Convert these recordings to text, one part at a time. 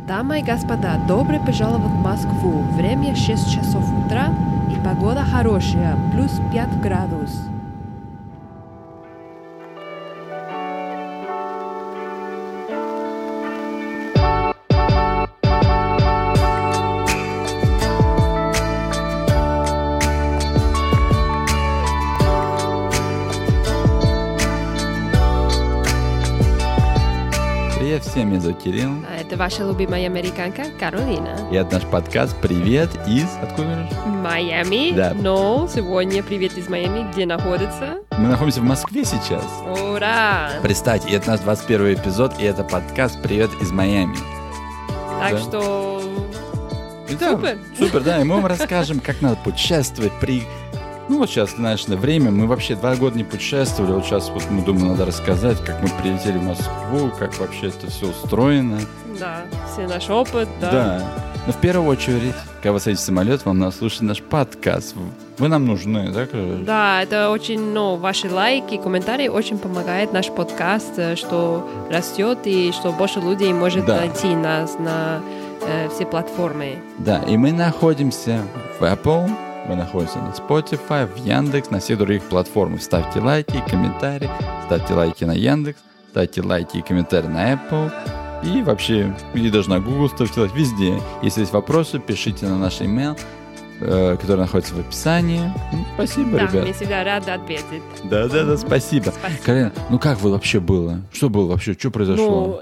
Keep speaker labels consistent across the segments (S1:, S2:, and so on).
S1: Дамы и господа, добро пожаловать в Москву. Время 6 часов утра и погода хорошая, плюс 5 градусов.
S2: Привет всем, меня зовут Кирилл.
S1: А это ваша любимая американка Каролина.
S2: И это наш подкаст «Привет из...» Откуда же?
S1: Майами.
S2: Да.
S1: Но сегодня привет из Майами, где находится?
S2: Мы находимся в Москве сейчас.
S1: Ура!
S2: Представьте, и это наш 21 эпизод, и это подкаст «Привет из Майами».
S1: Так
S2: Да.
S1: что...
S2: Да,
S1: Супер.
S2: Супер, да, и мы вам расскажем, как надо путешествовать Ну вот сейчас, знаешь, на время, мы вообще 2 года не путешествовали, вот сейчас вот мы думаем, надо рассказать, как мы прилетели в Москву, как вообще это все устроено.
S1: Да, все наш опыт, да.
S2: Да. Но в первую очередь, когда вы садитесь в самолет, вам надо слушать наш подкаст. Вы нам нужны, да, Каролина?
S1: Да, это очень, ваши лайки, комментарии очень помогает наш подкаст, что растет и что больше людей может
S2: Да.
S1: найти нас на все платформы.
S2: Да, и мы находимся в Apple, мы находимся на Spotify, в Яндекс, на всех других платформах. Ставьте лайки, комментарии, ставьте лайки на Яндекс, ставьте лайки и комментарии на Apple. И вообще, и даже на Google ставьте лайки, везде. Если есть вопросы, пишите на наш email, который находится в описании. Спасибо,
S1: Да,
S2: ребят.
S1: мы всегда рады ответить.
S2: Да, спасибо.
S1: Спасибо.
S2: Карина, как вы вообще было? Что было вообще? Что произошло?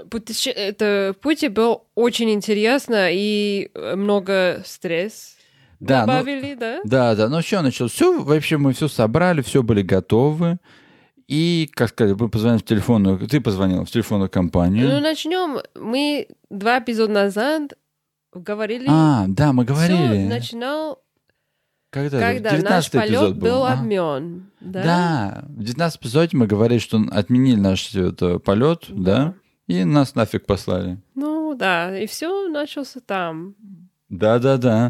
S1: Путь был очень интересно и много стресс добавили, да?
S2: Да, ну что началось? Все, вообще мы все собрали, все были готовы. И, как сказать, мы позвонили в телефонную... Ты позвонила в телефонную компанию.
S1: Начнем. Мы 2 эпизода назад говорили...
S2: Да, мы говорили.
S1: Всё начинал,
S2: Когда
S1: наш
S2: 19-й эпизод
S1: полет был
S2: А?
S1: отмен. Да?
S2: Да, в 19-м эпизоде мы говорили, что отменили наш полет, да, и нас нафиг послали.
S1: Да, и все начался там.
S2: Да.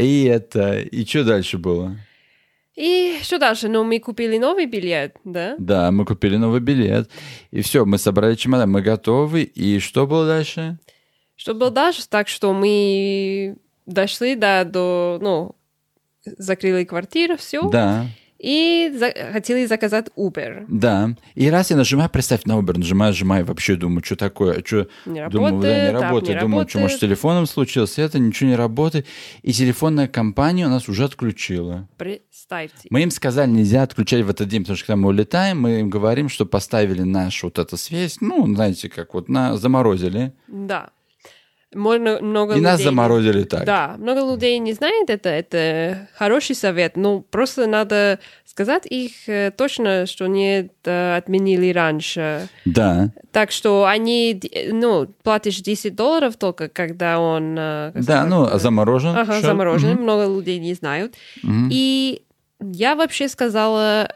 S2: И что дальше было?
S1: И что дальше? Мы купили новый билет, да?
S2: Да, мы купили новый билет. И все, мы собрали чемодан, мы готовы. И что было дальше?
S1: Что было дальше? Так что мы дошли до закрыли квартиру, все.
S2: Да.
S1: И хотели заказать Uber.
S2: Да. И раз я нажимаю, представь, на Uber, нажимаю, вообще думаю, что такое?
S1: Не
S2: Думаю, не
S1: работает,
S2: работает.
S1: не
S2: Думаю,
S1: работает.
S2: что, может, с телефоном случилось? Это ничего не работает. И телефонная компания у нас уже отключила.
S1: Представьте.
S2: Мы им сказали, нельзя отключать в этот день, потому что когда мы улетаем, мы им говорим, что поставили нашу вот эту связь, знаете, как заморозили.
S1: Да. Много
S2: И
S1: людей...
S2: нас заморозили так.
S1: Да, много людей не знает это хороший совет, просто надо сказать их точно, что не отменили раньше.
S2: Да.
S1: Так что они, платишь $10 только, когда он...
S2: заморожен.
S1: Ага, заморожен,
S2: Мгм.
S1: много людей не знают.
S2: Мгм.
S1: И я вообще сказала...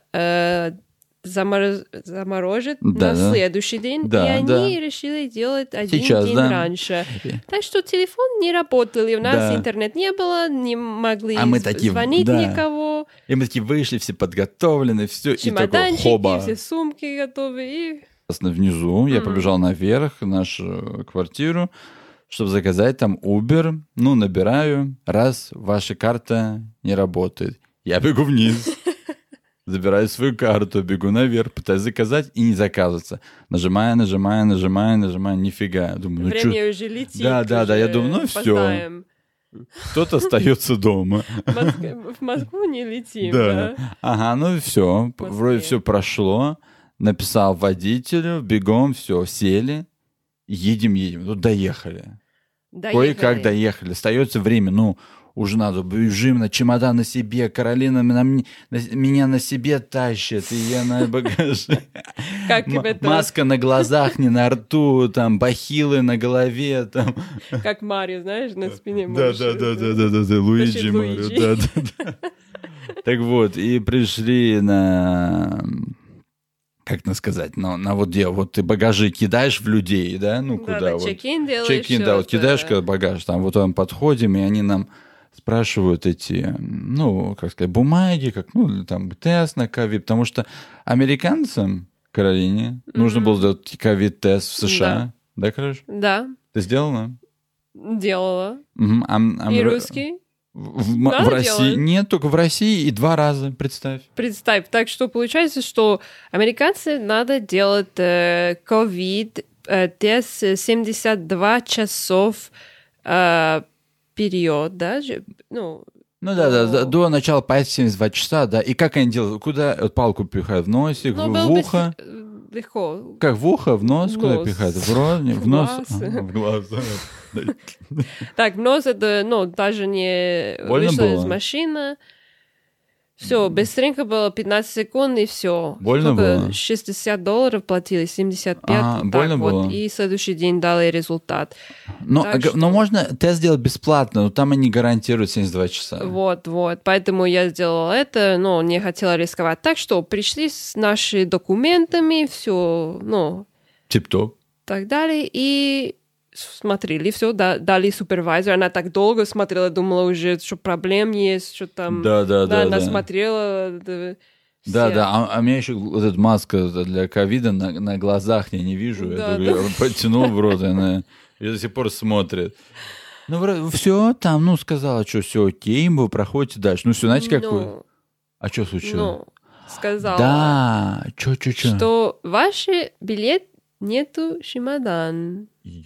S1: заморожить
S2: Да,
S1: на
S2: да.
S1: следующий день,
S2: Да,
S1: и они
S2: да.
S1: решили делать один
S2: Сейчас,
S1: день
S2: да.
S1: раньше. Так что телефон не работал, и у нас
S2: Да.
S1: интернет не было, не могли
S2: А мы такие,
S1: звонить
S2: да.
S1: никого,
S2: И мы такие вышли, все подготовлены, все, и такой
S1: чемоданчики,
S2: хоба.
S1: все сумки готовы, и...
S2: Внизу я побежал наверх в нашу квартиру, чтобы заказать там Uber. Набираю. Раз, ваша карта не работает. Я бегу вниз. Забираю свою карту, бегу наверх, пытаюсь заказать и не заказывается. Нажимаю, нифига. Думаю,
S1: Время уже летит.
S2: Да, я
S1: уже
S2: думаю, всё.
S1: опоздаем.
S2: кто-то остается дома.
S1: В Москву не летим,
S2: Да.
S1: да?
S2: Ага, все.
S1: Москве.
S2: Вроде все прошло. Написал водителю, бегом, все, сели. Едем. Доехали. Кое-как доехали. Остается время, уже надо, бежим на чемодан на себе, Каролина меня на себе тащит, и я на багаже.
S1: Как это?
S2: Маска на глазах, не на рту, там, бахилы на голове, там.
S1: Как Марио, знаешь, на спине.
S2: Да,
S1: можешь,
S2: Луиджи
S1: Тащит
S2: Марио,
S1: Луиджи.
S2: да. Так вот, и пришли на... Как это сказать, на вот где, вот ты багажи кидаешь в людей, да, куда
S1: Да,
S2: вот.
S1: чек-ин делаешь.
S2: Чек-ин, да, вот кидаешь когда багаж, там вот там подходим, и они нам спрашивают эти, как сказать, бумаги, там тест на ковид, потому что американцам, Каролине, нужно было сделать ковид-тест в США, да, Каролина?
S1: Да.
S2: Ты сделала?
S1: Делала.
S2: А
S1: И русский.
S2: В России нет, только в России и 2 раза, представь.
S1: Представь. Так что получается, что американцы надо делать ковид-тест 72 часов период, да?
S2: Ну да, до начала поездки 72 часа, да. И как они делают? Куда палку пихают? В носик, в ухо?
S1: Легко.
S2: Как в ухо, в нос? Куда пихают? В рот? В нос? В глаз.
S1: Так, в нос это, даже не вышла из машины. Все, быстренько было 15 секунд, и все.
S2: Больно было?
S1: $60 платили, 75.
S2: Больно было?
S1: И следующий день дали результат.
S2: Но можно тест сделать бесплатно, но там они гарантируют 72 часа.
S1: Вот. Поэтому я сделала это, но не хотела рисковать. Так что пришли с нашими документами, все,
S2: Тип-топ.
S1: Так далее, и смотрели, все, дали супервайзер. Она так долго смотрела, думала уже, что проблем есть, что там...
S2: Да.
S1: Она смотрела...
S2: Да, а у меня еще вот эта маска для ковида на глазах я не вижу. Я подтянул в рот, и она до сих пор смотрит. Все, там, сказала, что все окей, вы проходите дальше. Все, знаете, как вы... А что случилось?
S1: Сказала.
S2: Да, что?
S1: Что ваш билет нету чемодан.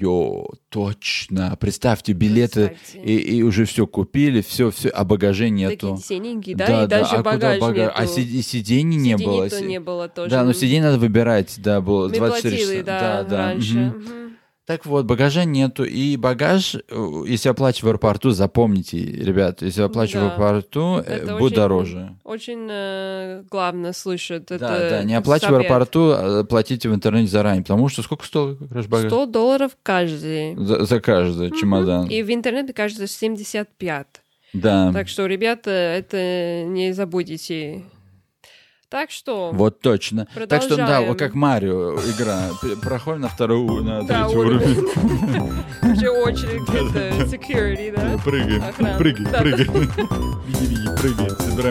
S2: Точно. Представьте, билеты и уже все купили, все, а багажей нету.
S1: Такие деньги, да? И даже багаж нету.
S2: А сидений не было.
S1: Сидений не было тоже.
S2: Да, но сидений надо выбирать, да, было 24
S1: платили,
S2: часа.
S1: раньше.
S2: Так вот, багажа нету, и багаж, если оплачивать в аэропорту, запомните, ребят, если оплачивать в аэропорту, будет дороже.
S1: Очень главное слышать.
S2: Да, не оплачивать в аэропорту, платите в интернете заранее, потому что сколько стоит багаж?
S1: $100 каждый.
S2: За каждый чемодан.
S1: И в интернете каждый 75.
S2: Да.
S1: Так что, ребята, это не забудете. Так что...
S2: Вот точно.
S1: Продолжаем.
S2: Так что, да, вот как Марио игра. Проходим на третий уровень.
S1: Уже очередь где-то, security, да?
S2: Прыгай. Беги, прыгай. Собирай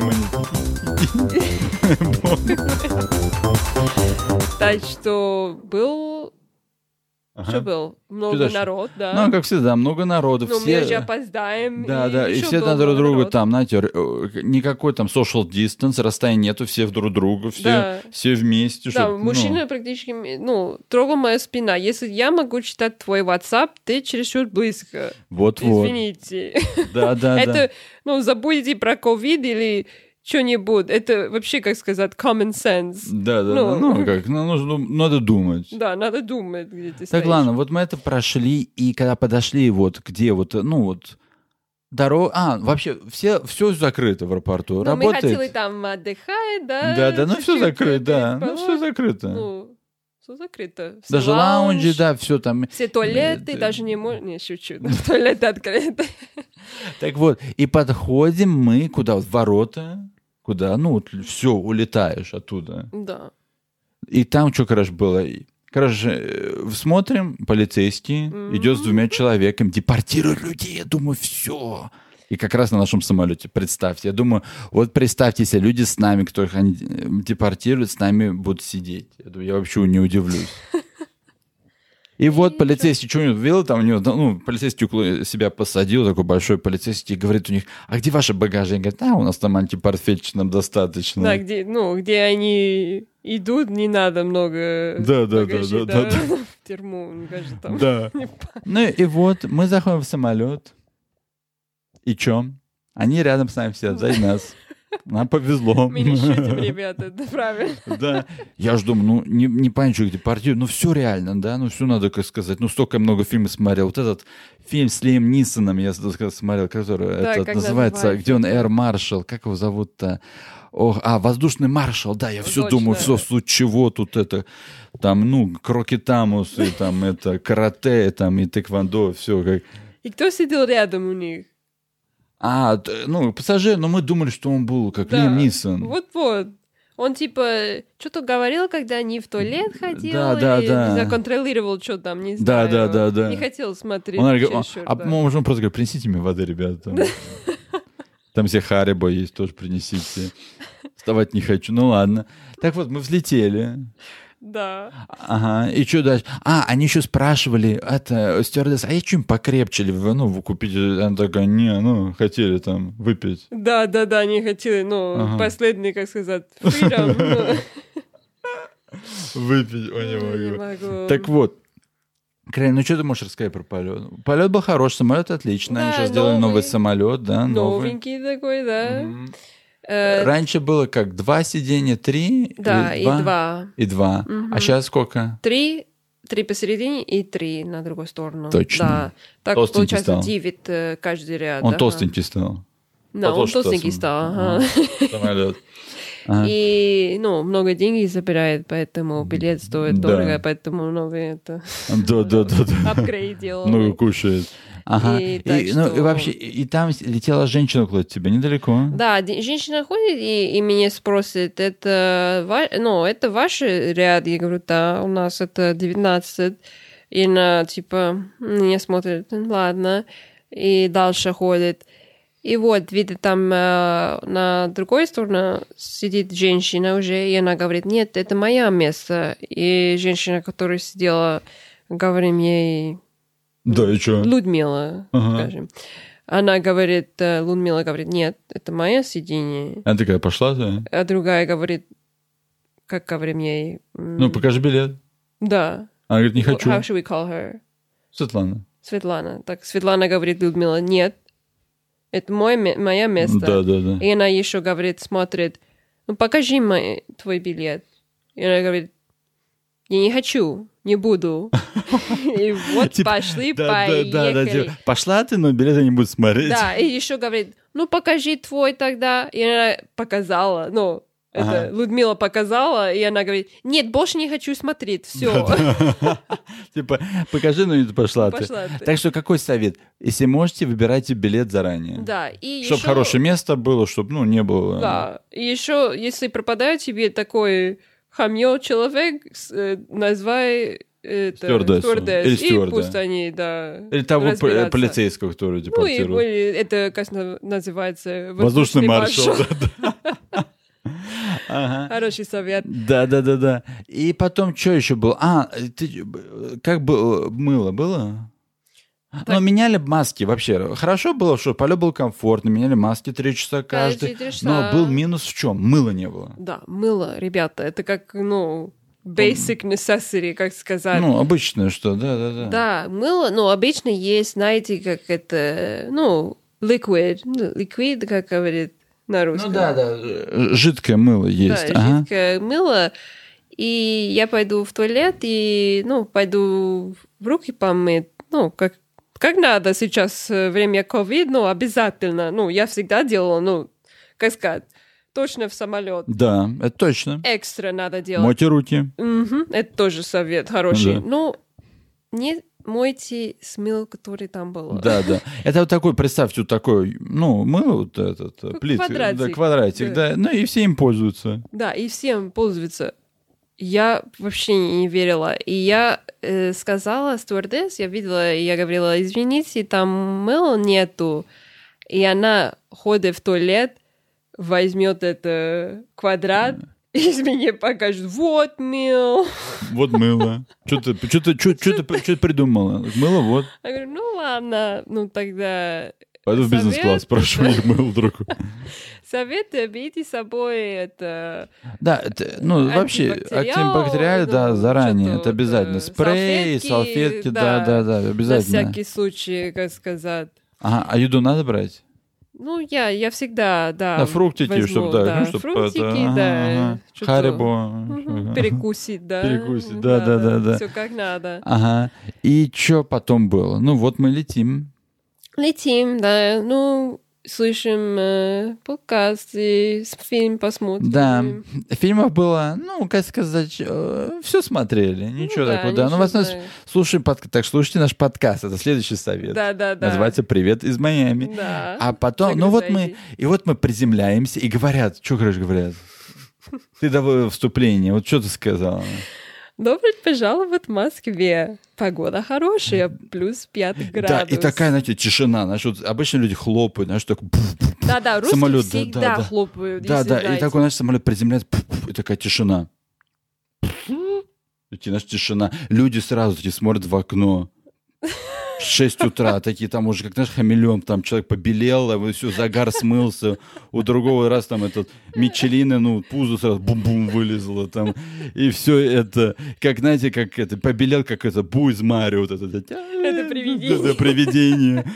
S2: монетки.
S1: Так что был... Что был? Много народ, да.
S2: Как всегда, много народу.
S1: Но мы же опоздаем.
S2: Да, и все друг друга там, знаете, никакой там social distance, расстояния нету, все друг друга, все вместе.
S1: Да, мужчина практически, трогал моя спина. Если я могу читать твой WhatsApp, ты чересчур близко.
S2: Вот.
S1: Извините.
S2: Да.
S1: Это, забудете про ковид или... что-нибудь. Это вообще, как сказать, common sense.
S2: Да. Надо думать.
S1: Да, надо думать, где ты стоишь.
S2: Так, ладно, вот мы это прошли, и когда подошли дорога... вообще, все закрыто в аэропорту. Работает.
S1: Мы хотели там отдыхать, да?
S2: Да, все закрыто, все закрыто.
S1: Все закрыто.
S2: Даже лаунжи, да, все там.
S1: Все туалеты, даже не можно... Не, шучу. Туалеты открыты.
S2: Так вот, и подходим мы куда? В ворота. Куда? Все, улетаешь оттуда.
S1: Да.
S2: И там что, было? Смотрим, полицейский идет с 2 человеками, депортирует людей. Я думаю, все. И как раз на нашем самолете, представьте. Я думаю, вот представьте себе, люди с нами, которых они депортируют, с нами будут сидеть. Я вообще не удивлюсь. И вот полицейский что-нибудь видел, там у него, полицейский себя посадил, такой большой полицейский, и говорит у них, а где ваши багажи? Они говорят, у нас там антипортфельчик, нам достаточно.
S1: Да, где они идут, не надо много багажей, да. В тюрьму, мне кажется, там.
S2: Да. И вот мы заходим в самолет, и чё? Они рядом с нами сидят, сзади нас. Нам повезло.
S1: Мы не шутим, ребята, это правильно.
S2: Да. Я ж думаю, не понятно, что депортируют. Все реально, да? Все надо, как сказать. Столько много фильмов смотрел. Вот этот фильм с Лием Нисоном я смотрел, который называется, где он Air Marshal. Как его зовут-то? Воздушный маршал, да, я все думаю, все, чего тут это, там, крокетамус, и там, это, карате, там, и тэквондо, все. Как...
S1: И кто сидел рядом у них?
S2: Пассажир, но мы думали, что он был как Лиам Нисон.
S1: Вот. Он что-то говорил, когда они в туалет ходили,
S2: да.
S1: контролировал, что там, не знаю.
S2: Да.
S1: Не хотел смотреть.
S2: Можем просто говорить, принесите мне воды, ребята. Там все Харибо есть, тоже принесите. Вставать не хочу, ладно. Так вот, мы взлетели.
S1: Да.
S2: Ага, и что дальше? Они еще спрашивали, стюардесса, я что-нибудь покрепче ли вы купите? Она такая, хотели там выпить.
S1: Да, они хотели, последний, как сказать, freedom.
S2: Выпить, не могу. Так вот, Крейн, что ты можешь рассказать про полет? Полет был хороший, самолет отличный. Они сейчас делали новый самолет, да?
S1: Новенький такой, да.
S2: Раньше было как 2 сиденья, 3?
S1: Да, и 2.
S2: И 2. А сейчас сколько?
S1: 3 посередине и 3 на другую сторону.
S2: Точно.
S1: Да. Так
S2: толстенький
S1: получается
S2: стал.
S1: 9 каждый ряд.
S2: Он толстенький стал.
S1: Да, он толстенький стал.
S2: Самолет.
S1: И, много денег забирает, поэтому билет стоит дорого, поэтому новый это...
S2: Да.
S1: Апгрейд делал.
S2: Много кушает. Ага.
S1: И
S2: вообще, и там летела женщина около тебя, недалеко.
S1: Да, женщина ходит и меня спросит, это ваш ряд? Я говорю, да, у нас это 19. И она, меня смотрит, ладно, и дальше ходит. И вот, видите, там на другой стороне сидит женщина уже, и она говорит, нет, это мое место. И женщина, которая сидела, говорим ей...
S2: Да, и что?
S1: Людмила, скажем. Она говорит, Людмила говорит, нет, это мое сиденье.
S2: Она такая, пошла ты?
S1: А другая говорит, как говорим ей...
S2: покажи билет.
S1: Да.
S2: Она говорит, не хочу.
S1: How should we call her?
S2: Светлана.
S1: Так, Светлана говорит, Людмила, нет, это мое место.
S2: Да.
S1: И она еще говорит, смотрит, покажи твой билет. И она говорит, я не хочу, не буду. И вот пошли, поехали.
S2: Пошла ты, но билет я не буду смотреть.
S1: Да, и еще говорит, покажи твой тогда. И она показала, это Людмила показала, и она говорит, нет, больше не хочу смотреть, все.
S2: Покажи, но не пошла ты. Так что какой совет? Если можете, выбирайте билет заранее.
S1: Да, и
S2: чтобы хорошее место было, чтобы, не было...
S1: Да, и еще, если пропадает тебе такой хамьё человек, называй
S2: стюардессу. Или стюарда.
S1: И пусть они, да,
S2: или того
S1: разбираться.
S2: Полицейского, который депортирует.
S1: Или это, как называется...
S2: Воздушный маршал.
S1: Хороший совет.
S2: Да. И потом, что еще было? Как было? Мыло было? Но меняли маски вообще. Хорошо было, что полет был комфортный, меняли маски 3 часа каждый. Но был минус в чем? Мыла не было.
S1: Да, мыло, ребята, это как, basic necessity, как сказать.
S2: Обычное что, да.
S1: Да, мыло, обычно есть, знаете, как это, liquid, как говорит на русском.
S2: Да, жидкое мыло есть.
S1: Да, жидкое мыло. И я пойду в туалет и, пойду в руки помыть, как надо сейчас время ковид, обязательно. Я всегда делала, как сказать, точно в самолет.
S2: Да, это точно.
S1: Экстра надо делать.
S2: Мойте руки.
S1: Это тоже совет хороший. Да. Не мойте с мылом, который там был.
S2: Да. Это вот такой, представьте, вот такой, мыло, вот этот, плитка. Квадратик, да. И все им пользуются.
S1: Да, и всем пользуются. Я вообще не верила. И я сказала стюардесс, я видела, и я говорила, извините, там мыла нету. И она ходит в туалет, возьмет это квадрат, и мне покажет, вот мыло.
S2: Вот мыло. Что ты придумала? Мыло, вот.
S1: Я говорю, ладно, тогда...
S2: Пойду в бизнес-класс, спрашиваю их мыло вдруг.
S1: Совет, берите с собой это...
S2: Да, вообще, антибактериальный, да, заранее, это обязательно. Спрей, салфетки, да, обязательно.
S1: На всякий случай, как сказать.
S2: Ага, а еду надо брать?
S1: Я всегда, да.
S2: Фруктики, чтобы, да.
S1: Фруктики, да.
S2: Харибо.
S1: Перекусить, да.
S2: Перекусить, да.
S1: Все как надо.
S2: Ага. И что потом было? Вот мы летим.
S1: Летим, да. Слышим подкаст и фильм посмотрим.
S2: Да, фильмов было, как сказать, все смотрели, ничего такого. Да. В основном слушаем подкаст. Так, слушайте наш подкаст, это следующий совет.
S1: Да.
S2: Называется «Привет из Майами».
S1: Да.
S2: А потом, мы приземляемся, и говорят, что, говорят? Ты давай вступление, вот что ты сказала?
S1: Добро пожаловать в Москве. Погода хорошая, плюс 5 градусов.
S2: Да, и такая, знаете, тишина. Знаешь, вот обычно люди хлопают, знаешь, такой...
S1: Да, русские
S2: самолет,
S1: всегда хлопают.
S2: Да, и такой, знаешь, самолет приземляется, и такая тишина. Знаешь, тишина. Люди сразу такие смотрят в окно. 6 утра, такие там уже, как, знаешь, хамелеон, там человек побелел, а все, загар смылся, у другого раз там этот Мичелины, ну, пузо сразу бум-бум вылезло там, и все это, как, знаете, как это, побелел, как это, Бу из Марио, вот это
S1: привидение.
S2: Да, привидение.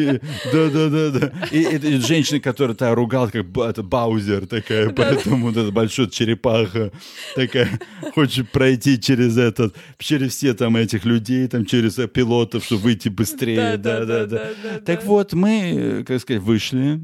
S2: Да. И женщина, которая та ругала, как это Баузер такая, поэтому вот эта большая черепаха такая, хочет пройти через все там этих людей, там через пилотов, чтобы выйти быстрее. Да. Так вот, мы, как сказать, вышли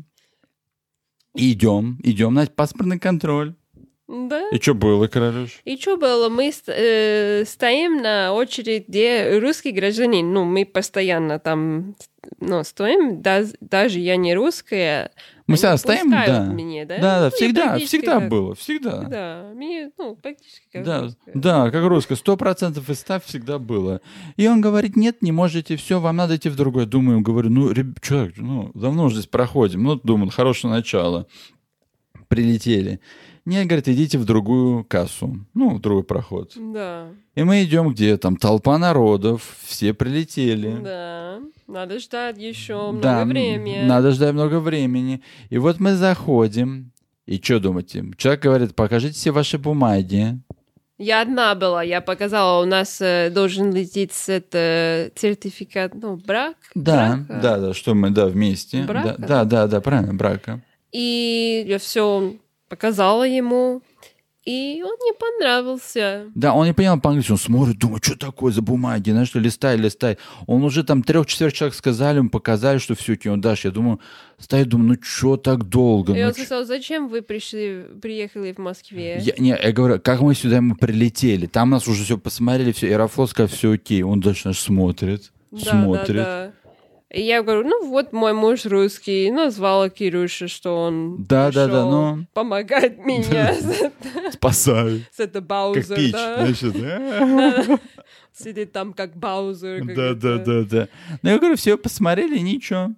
S2: и идем на паспортный контроль.
S1: Да.
S2: И что было, Каролюш?
S1: И что было? Мы стоим на очереди, где русский гражданин. Ну, мы постоянно там стоим. Даже я не русская.
S2: Мы всегда стоим, да.
S1: Меня, да?
S2: Да, всегда было, всегда.
S1: Да, мне, практически как
S2: русская. Да, как русская. 100% из 100 всегда было. И он говорит, нет, не можете, все, вам надо идти в другое. Думаю, говорю, человек, давно уже здесь проходим. Думаю, хорошее начало. Прилетели. Нет, говорит, идите в другую кассу. В другой проход.
S1: Да.
S2: И мы идем, где там толпа народов, все прилетели.
S1: Да. Надо ждать еще много времени.
S2: Надо ждать много времени. И вот мы заходим. И что думаете? Человек говорит, покажите все ваши бумаги.
S1: Я одна была, я показала, у нас должен лететь сертификат, брак.
S2: Да, что мы, вместе.
S1: Брака?
S2: Да, правильно, брака.
S1: И я все показала ему, и он не понравился.
S2: Да, он не понял по-английски, он смотрит, думает, что такое за бумаги, знаешь, что листай. Он уже там 3-4 человек сказали, ему показали, что все, он дашь. Я думаю, думаю, что так долго?
S1: И он сказал, зачем вы приехали в Москве?
S2: Я говорю, как мы сюда прилетели? Там нас уже все посмотрели, все, Аэрофлот сказал, все окей. Он дальше смотрит.
S1: Да. И я говорю, вот мой муж русский, назвала Кирюша, что он пришел помогать меня.
S2: Спасает.
S1: С это Баузер,
S2: как пич, значит.
S1: Сидит там как Баузер.
S2: Да. Я говорю, все посмотрели, ничего.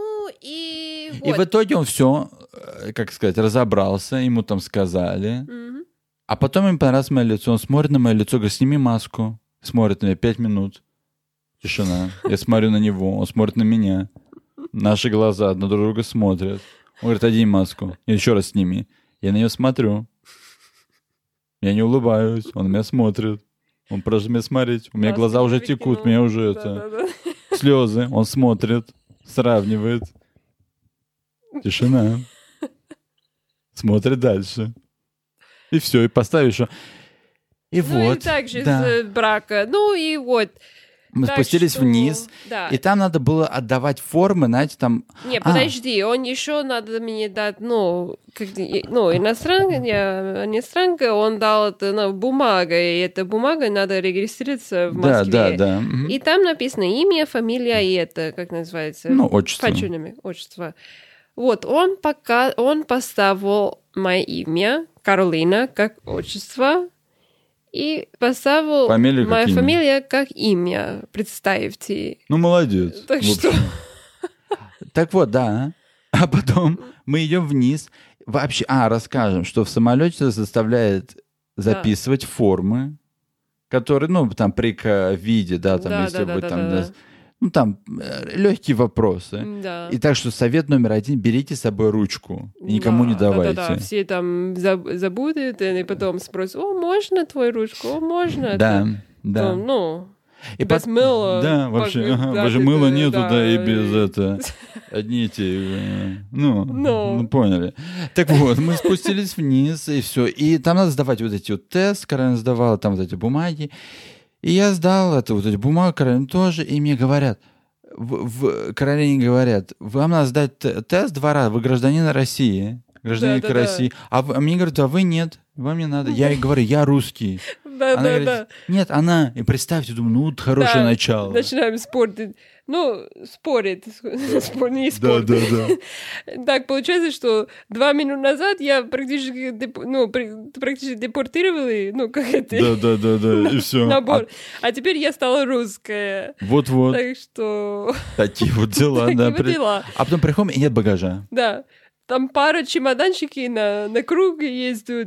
S1: И
S2: в итоге он все, как сказать, разобрался, ему там сказали. А потом ему понравилось мое лицо. Он смотрит на мое лицо, говорит, сними маску. Смотрит на меня 5 минут. Тишина. Я смотрю на него, он смотрит на меня. Наши глаза друг на друга смотрят. Он говорит, одень маску. И еще раз сними. Я на нее смотрю. Я не улыбаюсь. Он на меня смотрит. Он продолжает меня смотреть. У меня глаза уже текут. Меня уже слезы. Он смотрит. Сравнивает. Тишина. Смотрит дальше. И все. И поставишь. И вот.
S1: И также из брака. И вот.
S2: Мы спустились вниз, и там надо было отдавать формы, знаете, там...
S1: Не, подожди, он еще надо мне дать, иностранка, он дал это, бумага, и эта бумага надо регистрироваться в Москве.
S2: Да.
S1: И там написано имя, фамилия и это, как называется?
S2: Отчество.
S1: Отчество. Вот, он поставил мое имя, Каролина, как отчество, и поставил моя фамилия как имя. Представьте.
S2: Молодец.
S1: Так что...
S2: Так вот, да. А потом мы идем вниз. Вообще, расскажем, что в самолете заставляет записывать формы, которые, там при ковиде, если бы там... там легкие вопросы.
S1: Да.
S2: И так что совет номер 1, берите с собой ручку и никому не давайте.
S1: Да. Все там забудут, и потом спросят, можно твою ручку? Можно?
S2: Да.
S1: И без мыла.
S2: Да, вообще, даже мыла нету, и без одни эти, поняли. Так вот, мы спустились вниз, и все. И там надо сдавать вот эти тест, Каролина сдавала, там вот эти бумаги. И я сдал эти бумаги, Каролине тоже, и мне говорят, Каролине говорят, вам надо сдать тест 2 раза, вы гражданин России, России, а мне говорят, а вы нет, вам не надо. Я ей говорю, я русский. Она говорит, нет, она. И представьте, думаю, хорошее начало.
S1: Начинаем спорить. Спорить. Не спорить.
S2: Да.
S1: Так, получается, что 2 минуты назад я практически депортировали, как это?
S2: Да, и все.
S1: Набор. А теперь я стала русская.
S2: Вот.
S1: Так что...
S2: Такие вот дела, да. А потом приходим, и нет багажа.
S1: Да. Там пара чемоданчики на круг ездят.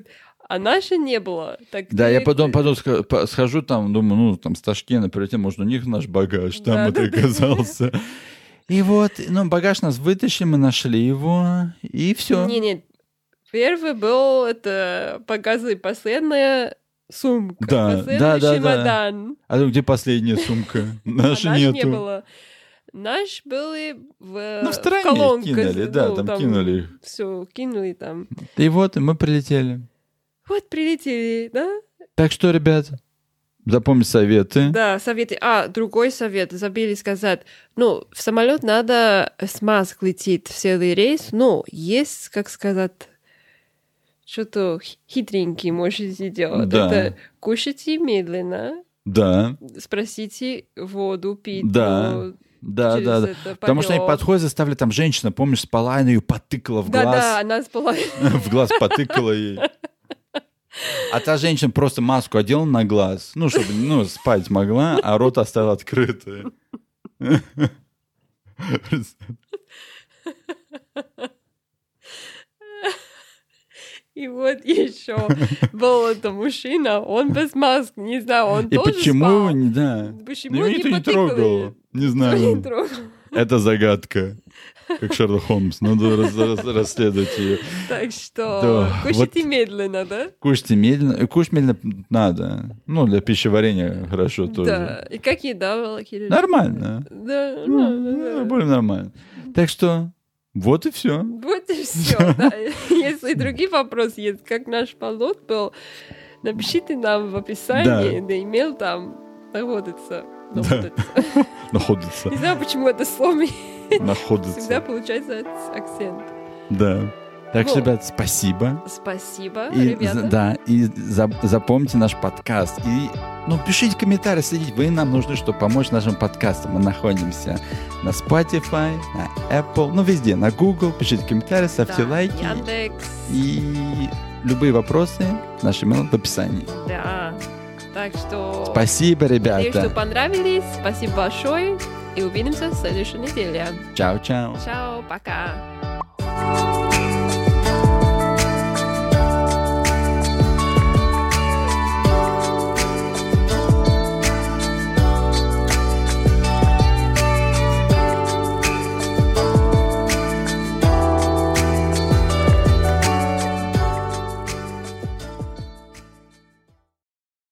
S1: а нашей не было. Так
S2: Да,
S1: ты-
S2: я потом схожу там, думаю, ну, там, с Ташкента прилетел, может, у них наш багаж там
S1: Да,
S2: это оказался. И вот, ну, багаж нас вытащили, мы нашли его, и все.
S1: Не, первый был, это показывай последняя сумка,
S2: Да,
S1: последний
S2: да.
S1: чемодан.
S2: А где последняя сумка?
S1: А
S2: Наша
S1: наш не
S2: нету.
S1: было. Наш были
S2: Ну, в
S1: в
S2: стороне
S1: колонке.
S2: кинули, да, там кинули их.
S1: Все, кинули там.
S2: И вот, и мы прилетели.
S1: Вот прилетели, да?
S2: Так что, ребят, запомните советы.
S1: Да, советы. Другой совет, забыли сказать. Ну, в самолет надо с маск лететь в целый рейс. Но есть, как сказать, что-то хитренький можете делать.
S2: Да.
S1: Это кушайте медленно,
S2: Да,
S1: спросите воду пить.
S2: Да.
S1: но
S2: да.
S1: через это
S2: Потому что они
S1: полет.
S2: подходят, заставили там женщина, помнишь, спала, она ее потыкала в
S1: Да,
S2: глаз.
S1: она спала.
S2: В глаз потыкала ей. А та женщина просто маску одела на глаз, ну, чтобы, ну, спать могла, а рот оставил открытый.
S1: И вот еще был это мужчина, он без маски, не знаю, он
S2: И
S1: тоже
S2: почему
S1: спал.
S2: его не, да.
S1: Почему
S2: Его
S1: не
S2: никто не
S1: потыкали?
S2: трогал. Не
S1: Не
S2: знаю.
S1: трогал.
S2: Это загадка. Как Шерлок Холмс. Надо расследовать ее.
S1: Так что
S2: Да,
S1: кушайте
S2: вот.
S1: медленно, да?
S2: Кушать медленно надо. Ну, для пищеварения хорошо
S1: Да.
S2: тоже.
S1: И как еда была, Кирилл?
S2: Нормально.
S1: Да,
S2: Ну,
S1: нормально, да.
S2: более нормально. Так что, вот и все.
S1: Вот и все. Да. Если другие вопросы есть, как наш полет был, напишите нам в описании, да имейл там находится.
S2: Находится.
S1: Не знаю, почему это слово всегда
S2: Находится.
S1: получается акцент.
S2: Да. Так что,
S1: Вот.
S2: ребят, спасибо.
S1: Спасибо,
S2: И,
S1: ребята.
S2: да, и запомните наш подкаст. И, ну, пишите комментарии, следите. Вы нам нужны, чтобы помочь нашим подкастам. Мы находимся на Spotify, на Apple, ну, везде, на Google. Пишите комментарии, ставьте
S1: Да,
S2: лайки.
S1: Яндекс.
S2: И любые вопросы наш email в описании.
S1: Да. Так что...
S2: Спасибо,
S1: Надеюсь, что
S2: ребята.
S1: понравились. Спасибо большое. И увидимся в следующей неделе.
S2: Чао-чао.
S1: Чао, пока.